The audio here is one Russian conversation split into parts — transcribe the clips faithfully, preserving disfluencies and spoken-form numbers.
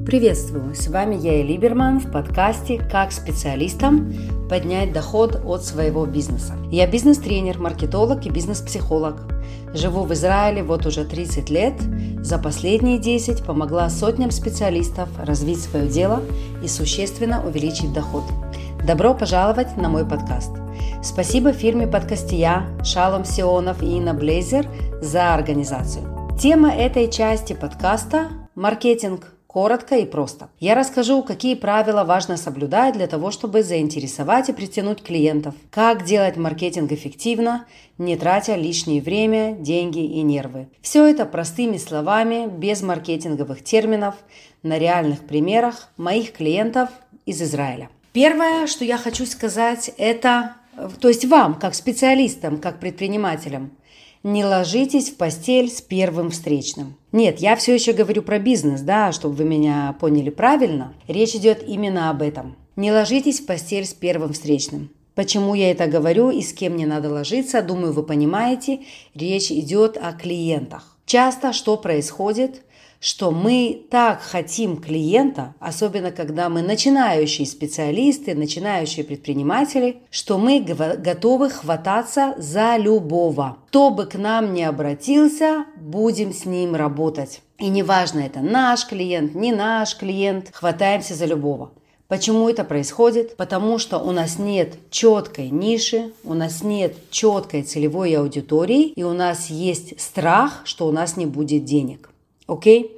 Приветствую! С вами Яя Либерман в подкасте «Как специалистам поднять доход от своего бизнеса». Я бизнес-тренер, маркетолог и бизнес-психолог. Живу в Израиле вот уже тридцать лет. За последние десять помогла сотням специалистов развить свое дело и существенно увеличить доход. Добро пожаловать на мой подкаст. Спасибо фирме «Подкастия», Шалом Сионов и Инна Блейзер за организацию. Тема этой части подкаста – маркетинг. Коротко и просто. Я расскажу, какие правила важно соблюдать для того, чтобы заинтересовать и притянуть клиентов, как делать маркетинг эффективно, не тратя лишнее время, деньги и нервы. Все это простыми словами, без маркетинговых терминов, на реальных примерах моих клиентов из Израиля. Первое, что я хочу сказать, это, то есть вам, как специалистам, как предпринимателям, не ложитесь в постель с первым встречным. Нет, я все еще говорю про бизнес, да, чтобы вы меня поняли правильно. Речь идет именно об этом. Не ложитесь в постель с первым встречным. Почему я это говорю и с кем не надо ложиться, думаю, вы понимаете. Речь идет о клиентах. Часто что происходит? Что мы так хотим клиента, особенно когда мы начинающие специалисты, начинающие предприниматели, что мы готовы хвататься за любого. Кто бы к нам ни обратился, будем с ним работать. И неважно, это наш клиент, не наш клиент, хватаемся за любого. Почему это происходит? Потому что у нас нет четкой ниши, у нас нет четкой целевой аудитории, и у нас есть страх, что у нас не будет денег. Окей?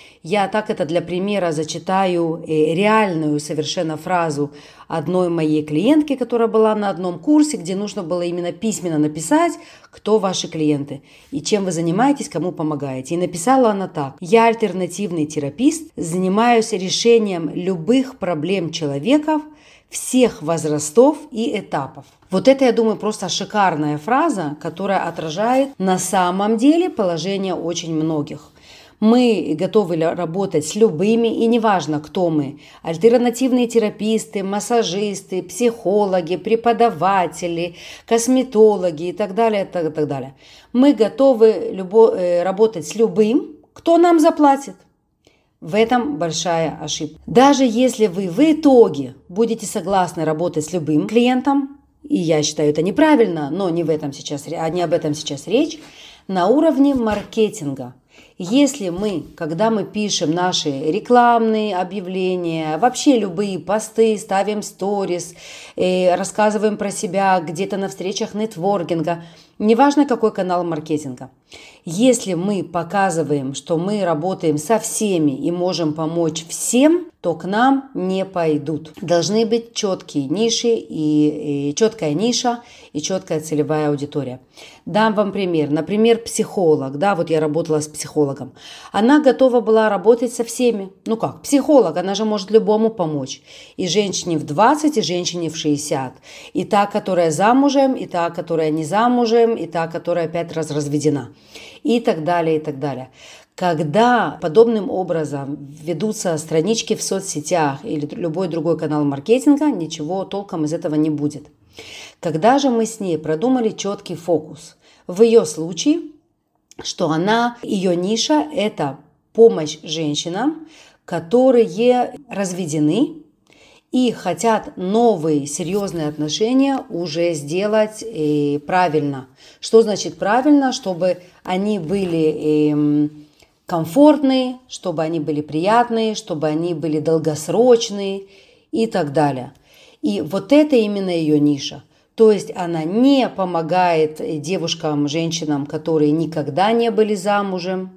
Я так это для примера зачитаю реальную совершенно фразу одной моей клиентки, которая была на одном курсе, где нужно было именно письменно написать, кто ваши клиенты и чем вы занимаетесь, кому помогаете. И написала она так: «Я альтернативный терапевт, занимаюсь решением любых проблем человека всех возрастов и этапов». Вот это, я думаю, просто шикарная фраза, которая отражает на самом деле положение очень многих. Мы готовы работать с любыми, и неважно, кто мы. Альтернативные терапевты, массажисты, психологи, преподаватели, косметологи и так далее, и так, и так далее. Мы готовы любо, работать с любым, кто нам заплатит. В этом большая ошибка. Даже если вы в итоге будете согласны работать с любым клиентом, и я считаю это неправильно, но не, в этом сейчас, не об этом сейчас речь, на уровне маркетинга. Если мы, когда мы пишем наши рекламные объявления, вообще любые посты, ставим сторис, рассказываем про себя где-то на встречах нетворкинга, неважно какой канал маркетинга, если мы показываем, что мы работаем со всеми и можем помочь всем, то к нам не пойдут. Должны быть четкие ниши и, и четкая ниша и четкая целевая аудитория. Дам вам пример. Например, психолог. Да, вот я работала с психологом. Она готова была работать со всеми. Ну как, психолог, она же может любому помочь. И женщине в двадцать, и женщине в шестьдесят. И та, которая замужем, и та, которая не замужем, и та, которая пять раз разведена. И так далее, и так далее. Когда подобным образом ведутся странички в соцсетях или любой другой канал маркетинга, ничего толком из этого не будет. Когда же мы с ней продумали четкий фокус? В ее случае, что она, ее ниша – это помощь женщинам, которые разведены и хотят новые серьезные отношения уже сделать э, правильно. Что значит правильно? Чтобы они были э, комфортные, чтобы они были приятные, чтобы они были долгосрочные и так далее. И вот это именно ее ниша. То есть она не помогает девушкам, женщинам, которые никогда не были замужем.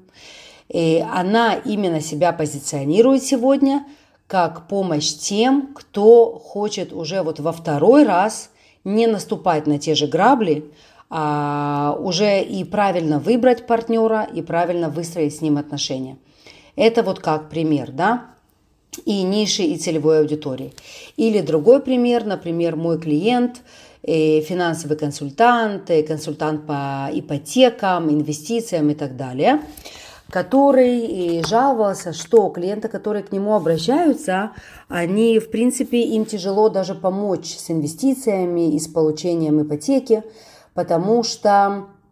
И она именно себя позиционирует сегодня как помощь тем, кто хочет уже вот во второй раз не наступать на те же грабли, а уже и правильно выбрать партнера, и правильно выстроить с ним отношения. Это вот как пример, да, и ниши, и целевой аудитории. Или другой пример, например, мой клиент, финансовый консультант, консультант по ипотекам, инвестициям и так далее, который жаловался, что клиенты, которые к нему обращаются, они, в принципе, им тяжело даже помочь с инвестициями и с получением ипотеки, потому что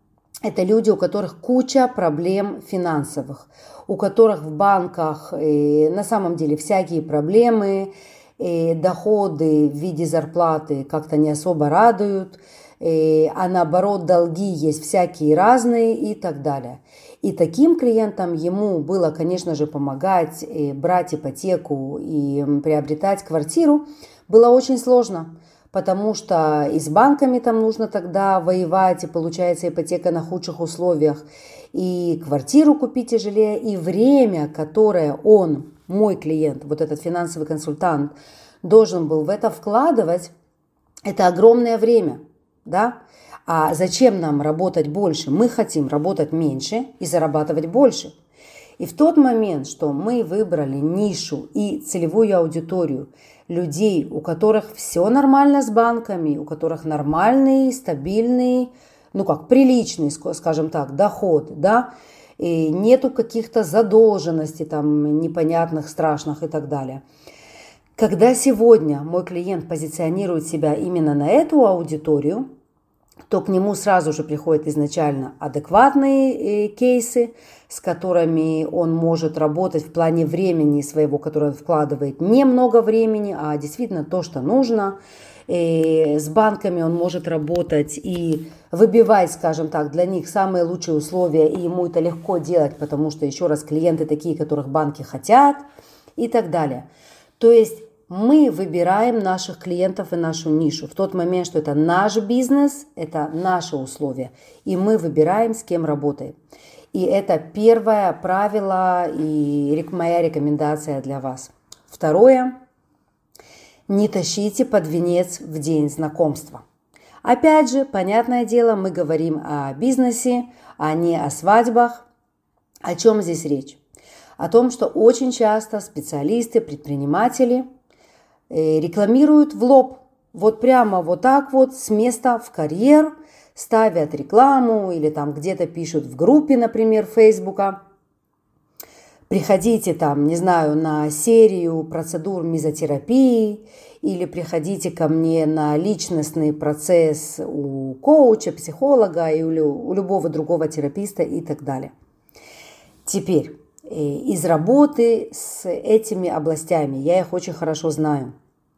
Это люди, у которых куча проблем финансовых, у которых в банках э, на самом деле всякие проблемы, э, доходы в виде зарплаты как-то не особо радуют, э, а наоборот долги есть всякие разные и так далее. И таким клиентам ему было, конечно же, помогать э, брать ипотеку и приобретать квартиру было очень сложно. Потому что и с банками там нужно тогда воевать, и получается ипотека на худших условиях, и квартиру купить тяжелее, и время, которое он, мой клиент, вот этот финансовый консультант, должен был в это вкладывать, это огромное время, да? А зачем нам работать больше? Мы хотим работать меньше и зарабатывать больше. И в тот момент, что мы выбрали нишу и целевую аудиторию людей, у которых все нормально с банками, у которых нормальный, стабильный, ну как, приличный, скажем так, доход, да, и нету каких-то задолженностей там непонятных, страшных и так далее. Когда сегодня мой клиент позиционирует себя именно на эту аудиторию, то к нему сразу же приходят изначально адекватные кейсы, с которыми он может работать в плане времени своего, которое он вкладывает, немного времени, а действительно то, что нужно. И с банками он может работать и выбивать, скажем так, для них самые лучшие условия, и ему это легко делать, потому что, еще раз, клиенты такие, которых банки хотят и так далее. То есть мы выбираем наших клиентов и нашу нишу в тот момент, что это наш бизнес, это наши условия, и мы выбираем, с кем работаем. И это первое правило и моя рекомендация для вас. Второе. Не тащите под венец в день знакомства. Опять же, понятное дело, мы говорим о бизнесе, а не о свадьбах. О чем здесь речь? О том, что очень часто специалисты, предприниматели рекламируют в лоб, вот прямо вот так вот с места в карьер, ставят рекламу или там где-то пишут в группе, например, Фейсбука. Приходите там, не знаю, на серию процедур мезотерапии или приходите ко мне на личностный процесс у коуча, психолога и у любого другого тераписта и так далее. Теперь из работы с этими областями я их очень хорошо знаю.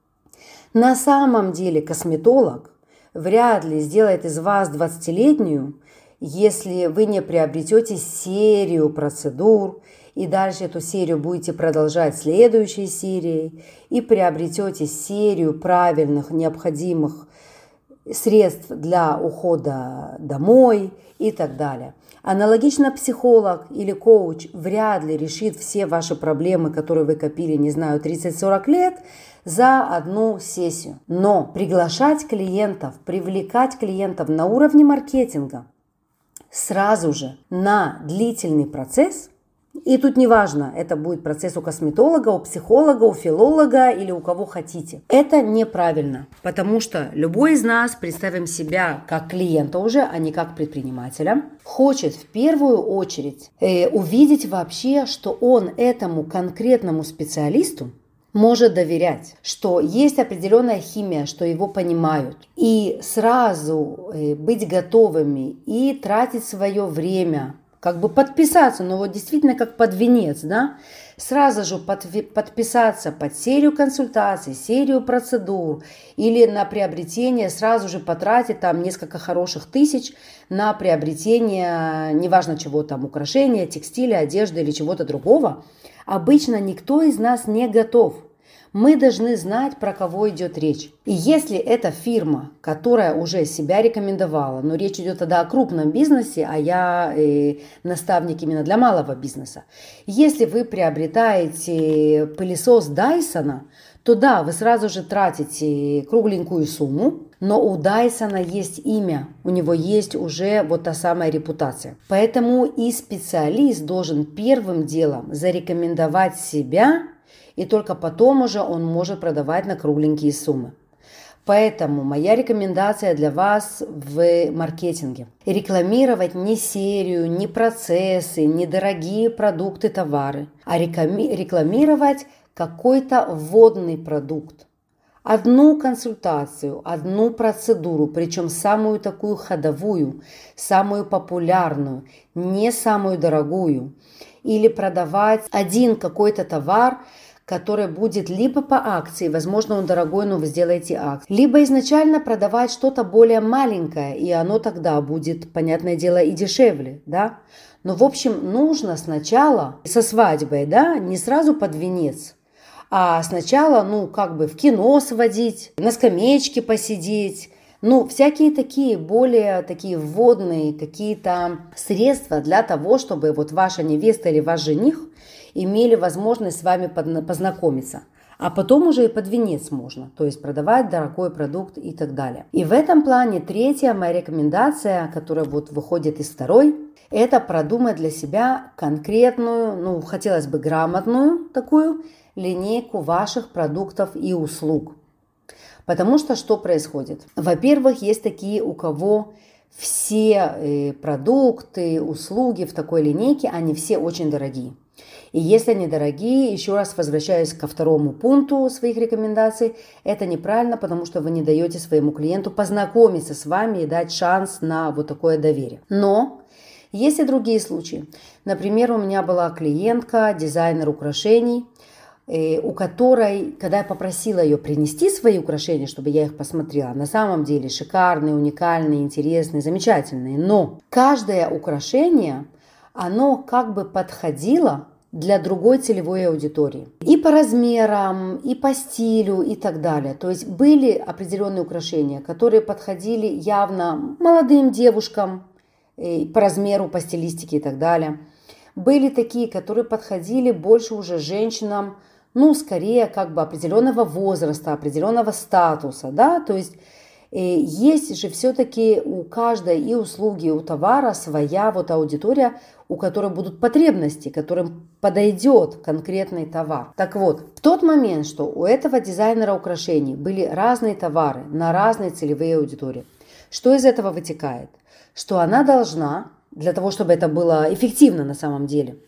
На самом деле косметолог вряд ли сделает из вас двадцатилетнюю, если вы не приобретете серию процедур и дальше эту серию будете продолжать следующей серией и приобретете серию правильных, необходимых средств для ухода домой и так далее. Аналогично психолог или коуч вряд ли решит все ваши проблемы, которые вы копили, не знаю, тридцать-сорок лет, за одну сессию. Но приглашать клиентов, привлекать клиентов на уровне маркетинга сразу же на длительный процесс, и тут неважно, это будет процесс у косметолога, у психолога, у филолога или у кого хотите. Это неправильно, потому что любой из нас, представим себя как клиента уже, а не как предпринимателя, хочет в первую очередь э, увидеть вообще, что он этому конкретному специалисту может доверять, что есть определенная химия, что его понимают. И сразу э, быть готовыми и тратить свое время, как бы подписаться, но вот действительно как под венец, да, сразу же под, подписаться под серию консультаций, серию процедур или на приобретение, сразу же потратить там несколько хороших тысяч на приобретение, неважно чего там, украшения, текстиля, одежды или чего-то другого, обычно никто из нас не готов. Мы должны знать, про кого идет речь. И если это фирма, которая уже себя рекомендовала, но речь идет тогда о крупном бизнесе, а я э, наставник именно для малого бизнеса. Если вы приобретаете пылесос Dyson, то да, вы сразу же тратите кругленькую сумму, но у Дайсона есть имя, у него есть уже вот та самая репутация. Поэтому и специалист должен первым делом зарекомендовать себя, и только потом уже он может продавать на кругленькие суммы. Поэтому моя рекомендация для вас в маркетинге. Рекламировать не серию, не процессы, не дорогие продукты, товары, а рекламировать какой-то вводный продукт. одну консультацию, одну процедуру, причем самую такую ходовую, самую популярную, не самую дорогую, или продавать один какой-то товар, который будет либо по акции, возможно, он дорогой, но вы сделаете акцию, либо изначально продавать что-то более маленькое, и оно тогда будет, понятное дело, и дешевле, да. Но, в общем, нужно сначала со свадьбой, да, не сразу под венец, а сначала, ну, как бы в кино сводить, на скамеечке посидеть, ну, всякие такие более такие вводные какие-то средства для того, чтобы вот ваша невеста или ваш жених имели возможность с вами познакомиться. А потом уже и под венец можно, то есть продавать дорогой продукт и так далее. И в этом плане третья моя рекомендация, которая вот выходит из второй, это продумать для себя конкретную, ну, хотелось бы грамотную такую линейку ваших продуктов и услуг. Потому что что происходит? Во-первых, есть такие, у кого все продукты, услуги в такой линейке, они все очень дорогие. И если они дорогие, еще раз возвращаюсь ко второму пункту своих рекомендаций, это неправильно, потому что вы не даете своему клиенту познакомиться с вами и дать шанс на вот такое доверие. Но есть и другие случаи. Например, у меня была клиентка, дизайнер украшений, у которой, когда я попросила ее принести свои украшения, чтобы я их посмотрела, на самом деле шикарные, уникальные, интересные, замечательные. Но каждое украшение, оно как бы подходило для другой целевой аудитории. И по размерам, и по стилю, и так далее. То есть были определенные украшения, которые подходили явно молодым девушкам, по размеру, по стилистике и так далее. Были такие, которые подходили больше уже женщинам, ну, скорее, как бы определенного возраста, определенного статуса, да, то есть э, есть же все-таки у каждой и услуги, и у товара своя вот аудитория, у которой будут потребности, которым подойдет конкретный товар. Так вот, в тот момент, что у этого дизайнера украшений были разные товары на разные целевые аудитории, что из этого вытекает? Что она должна, для того, чтобы это было эффективно на самом деле,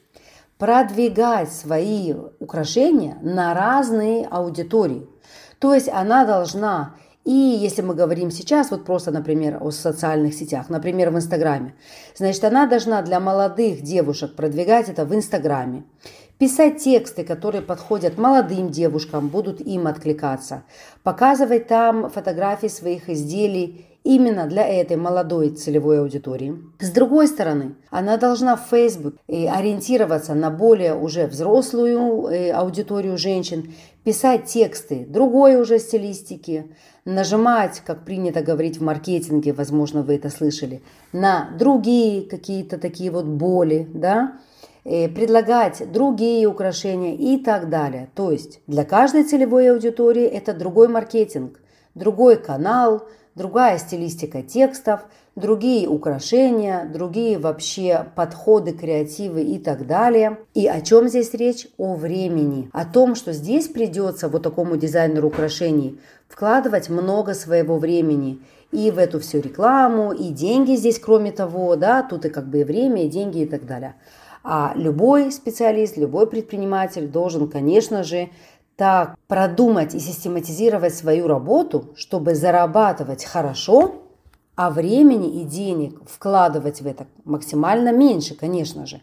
продвигать свои украшения на разные аудитории. То есть она должна, и если мы говорим сейчас, вот просто, например, о социальных сетях, например, в Инстаграме, значит, она должна для молодых девушек продвигать это в Инстаграме, писать тексты, которые подходят молодым девушкам, будут им откликаться, показывать там фотографии своих изделий именно для этой молодой целевой аудитории. С другой стороны, она должна в Facebook ориентироваться на более уже взрослую аудиторию женщин, писать тексты другой уже стилистики, нажимать, как принято говорить в маркетинге, возможно, вы это слышали, на другие какие-то такие вот боли, да, предлагать другие украшения и так далее. То есть для каждой целевой аудитории это другой маркетинг, другой канал, другая стилистика текстов, другие украшения, другие вообще подходы, креативы и так далее. И о чем здесь речь? О времени. О том, что здесь придется вот такому дизайнеру украшений вкладывать много своего времени и в эту всю рекламу, и деньги здесь, кроме того, да, тут и как бы и время, и деньги и так далее. А любой специалист, любой предприниматель должен, конечно же, так продумать и систематизировать свою работу, чтобы зарабатывать хорошо, а времени и денег вкладывать в это максимально меньше, конечно же.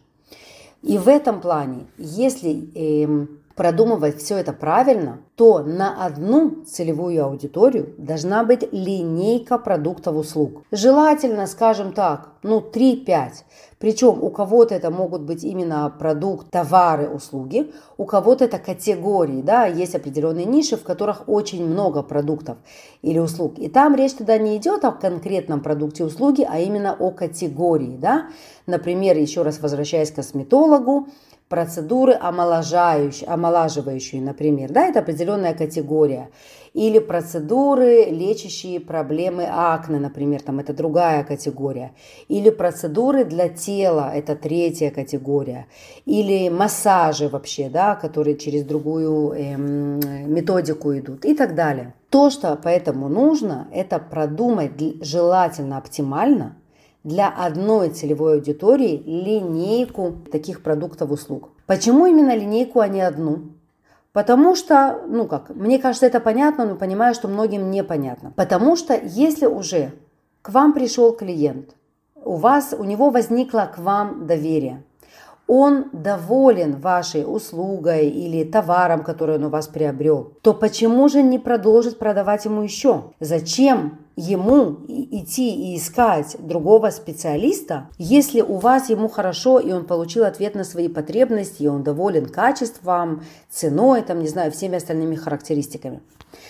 И в этом плане, если э, продумывать все это правильно, то на одну целевую аудиторию должна быть линейка продуктов и услуг. Желательно, скажем так, ну три-пять. Причем у кого-то это могут быть именно продукт, товары, услуги, у кого-то это категории, да, есть определенные ниши, в которых очень много продуктов или услуг. И там речь тогда не идет о конкретном продукте, услуги, а именно о категории, да. Например, еще раз возвращаясь к косметологу, процедуры омоложающие, омолаживающие, например, да, это определенная категория. Или процедуры, лечащие проблемы акне, например, там это другая категория. Или процедуры для тела, это третья категория. Или массажи вообще, да, которые через другую эм, методику идут и так далее. То, что поэтому нужно, это продумать желательно оптимально для одной целевой аудитории линейку таких продуктов и услуг. Почему именно линейку, а не одну? Потому что, ну как, мне кажется, это понятно, но понимаю, что многим непонятно. Потому что если уже к вам пришел клиент, у вас, у него возникло к вам доверие, он доволен вашей услугой или товаром, который он у вас приобрел, то почему же не продолжить продавать ему еще? Зачем ему идти и искать другого специалиста, если у вас ему хорошо, и он получил ответ на свои потребности, и он доволен качеством, ценой, там, не знаю, всеми остальными характеристиками?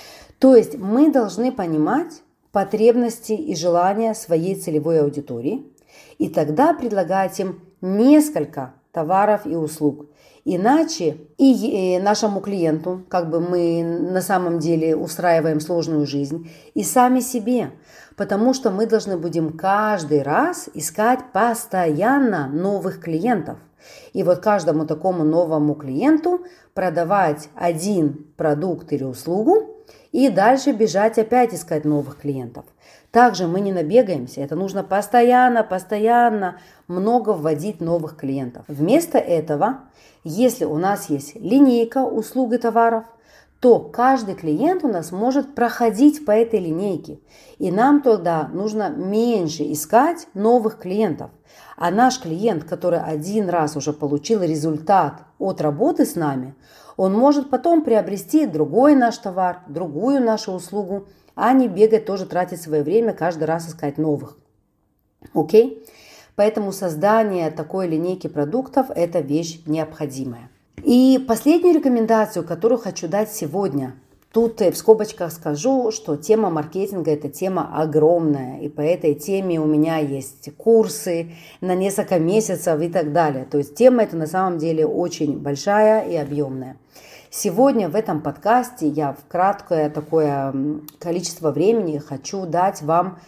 То есть мы должны понимать потребности и желания своей целевой аудитории, и тогда предлагать им несколько товаров и услуг. Иначе и нашему клиенту, как бы мы на самом деле устраиваем сложную жизнь, и сами себе, потому что мы должны будем каждый раз искать постоянно новых клиентов. И вот каждому такому новому клиенту продавать один продукт или услугу и дальше бежать опять искать новых клиентов. Также мы не набегаемся, это нужно постоянно, постоянно много вводить новых клиентов. Вместо этого, если у нас есть линейка услуг и товаров, то каждый клиент у нас может проходить по этой линейке. И нам тогда нужно меньше искать новых клиентов. А наш клиент, который один раз уже получил результат от работы с нами, он может потом приобрести другой наш товар, другую нашу услугу, а не бегать тоже, тратить свое время, каждый раз искать новых. Окей? Поэтому создание такой линейки продуктов – это вещь необходимая. И последнюю рекомендацию, которую хочу дать сегодня. Тут в скобочках скажу, что тема маркетинга – это тема огромная. И по этой теме у меня есть курсы на несколько месяцев и так далее. То есть тема эта на самом деле очень большая и объемная. Сегодня в этом подкасте я в краткое такое количество времени хочу дать вам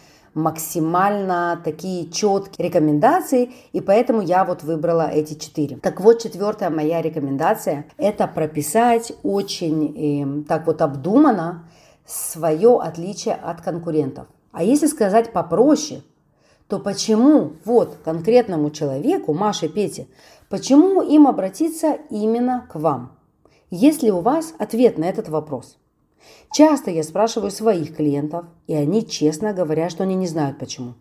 максимально такие четкие рекомендации, и поэтому я вот выбрала эти четыре. Так вот, четвертая моя рекомендация – это прописать очень э, так вот обдуманно свое отличие от конкурентов. А если сказать попроще, то почему вот конкретному человеку, Маше, Пете, почему им обратиться именно к вам? Есть ли у вас ответ на этот вопрос? Часто я спрашиваю своих клиентов, и они честно говорят, что они не знают почему.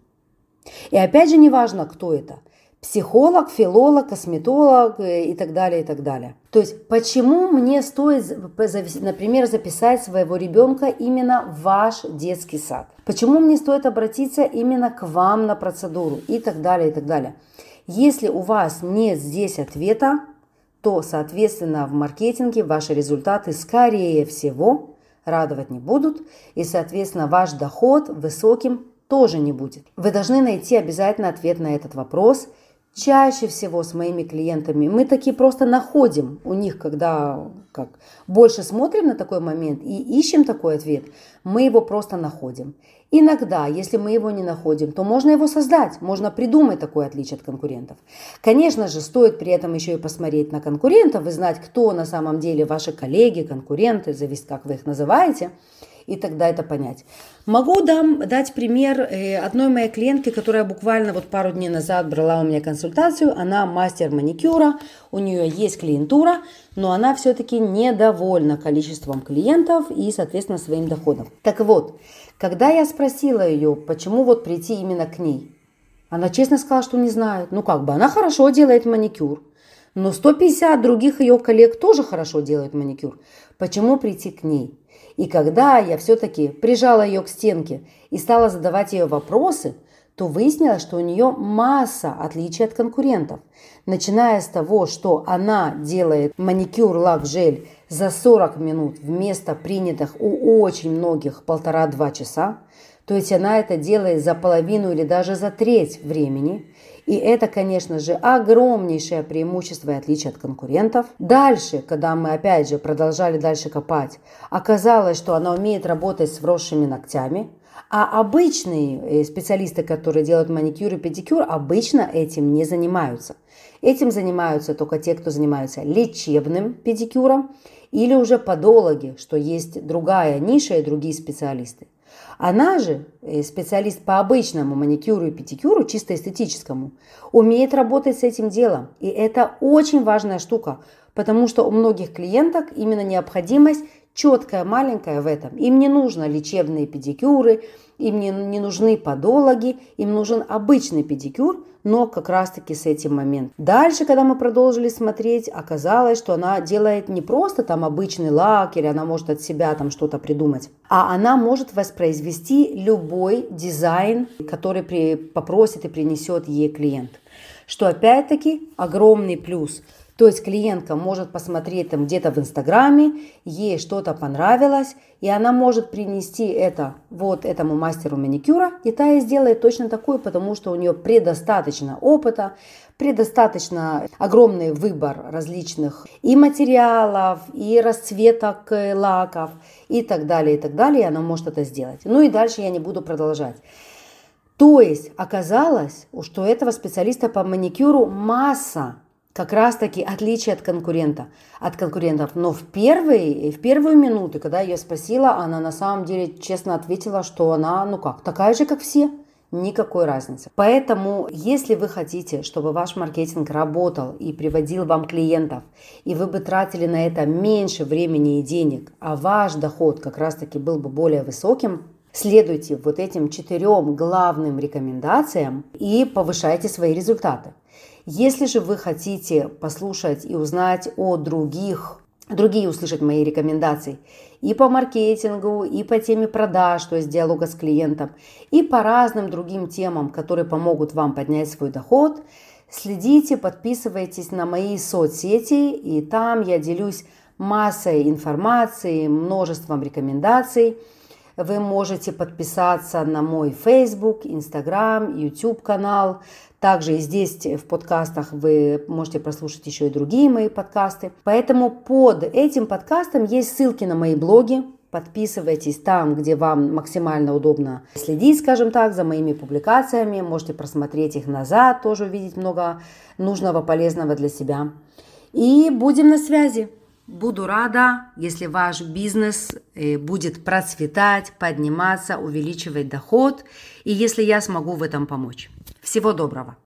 И опять же, неважно, кто это. Психолог, филолог, косметолог и так далее, и так далее. То есть, почему мне стоит, например, записать своего ребенка именно в ваш детский сад? Почему мне стоит обратиться именно к вам на процедуру? И так далее, и так далее. Если у вас нет здесь ответа, то, соответственно, в маркетинге ваши результаты, скорее всего, радовать не будут, и, соответственно, ваш доход высоким тоже не будет. Вы должны найти обязательно ответ на этот вопрос. Чаще всего с моими клиентами мы таки просто находим у них, когда как, больше смотрим на такой момент и ищем такой ответ, мы его просто находим. Иногда, если мы его не находим, то можно его создать, можно придумать такое отличие от конкурентов. Конечно же, стоит при этом еще и посмотреть на конкурентов и знать, кто на самом деле ваши коллеги, конкуренты, зависит, как вы их называете, и тогда это понять. Могу дам, дать пример одной моей клиентки, которая буквально вот пару дней назад брала у меня консультацию. Она мастер маникюра, у нее есть клиентура, но она все-таки недовольна количеством клиентов и, соответственно, своим доходом. Так вот, когда я спросила ее, почему вот прийти именно к ней, она честно сказала, что не знает. Ну как бы, она хорошо делает маникюр, но сто пятьдесят других ее коллег тоже хорошо делают маникюр. Почему прийти к ней? И когда я все-таки прижала ее к стенке и стала задавать ее вопросы, то выяснилось, что у нее масса отличий от конкурентов. Начиная с того, что она делает маникюр, лак, жель за сорок минут вместо принятых у очень многих полтора-два часа. То есть она это делает за половину или даже за треть времени. И это, конечно же, огромнейшее преимущество и отличие от конкурентов. Дальше, когда мы опять же продолжали дальше копать, оказалось, что она умеет работать с вросшими ногтями. А обычные специалисты, которые делают маникюр и педикюр, обычно этим не занимаются. Этим занимаются только те, кто занимаются лечебным педикюром или уже подологи, что есть другая ниша и другие специалисты. Она же, специалист по обычному маникюру и педикюру, чисто эстетическому, умеет работать с этим делом. И это очень важная штука, потому что у многих клиенток именно необходимость четкая, маленькая в этом. Им не нужно лечебные педикюры, им не, не нужны подологи, им нужен обычный педикюр, но как раз-таки с этим моментом. Дальше, когда мы продолжили смотреть, оказалось, что она делает не просто там обычный лак, или она может от себя там что-то придумать, а она может воспроизвести любой дизайн, который при, попросит и принесет ей клиент. Что опять-таки огромный плюс. То есть клиентка может посмотреть там где-то в Инстаграме, ей что-то понравилось, и она может принести это вот этому мастеру маникюра, и та и сделает точно такую, потому что у нее предостаточно опыта, предостаточно огромный выбор различных и материалов, и расцветок лаков, и так далее, и так далее, и она может это сделать. Ну и дальше я не буду продолжать. То есть оказалось, что у этого специалиста по маникюру масса как раз-таки отличие от конкурента, от конкурентов. Но в первые, в первую минуту, когда я ее спросила, она на самом деле честно ответила, что она, ну как, такая же, как все. Никакой разницы. Поэтому, если вы хотите, чтобы ваш маркетинг работал и приводил вам клиентов, и вы бы тратили на это меньше времени и денег, а ваш доход как раз-таки был бы более высоким, следуйте вот этим четырем главным рекомендациям и повышайте свои результаты. Если же вы хотите послушать и узнать о других, другие услышать мои рекомендации и по маркетингу, и по теме продаж, то есть диалога с клиентом, и по разным другим темам, которые помогут вам поднять свой доход, следите, подписывайтесь на мои соцсети, и там я делюсь массой информации, множеством рекомендаций. Вы можете подписаться на мой Facebook, Instagram, YouTube канал. Также и здесь в подкастах вы можете прослушать еще и другие мои подкасты. Поэтому под этим подкастом есть ссылки на мои блоги. Подписывайтесь там, где вам максимально удобно следить, скажем так, за моими публикациями. Можете просмотреть их назад, тоже увидеть много нужного, полезного для себя. И будем на связи. Буду рада, если ваш бизнес будет процветать, подниматься, увеличивать доход, и если я смогу в этом помочь. Всего доброго!